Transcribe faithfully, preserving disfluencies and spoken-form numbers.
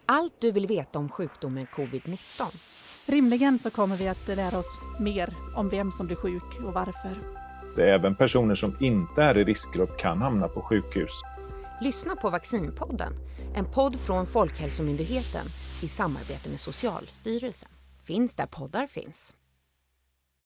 Allt du vill veta om sjukdomen covid nitton. Rimligen så kommer vi att lära oss mer om vem som blir sjuk och varför. Även personer som inte är i riskgrupp kan hamna på sjukhus. Lyssna på Vaccinpodden, en podd från Folkhälsomyndigheten i samarbete med Socialstyrelsen. Finns där poddar finns.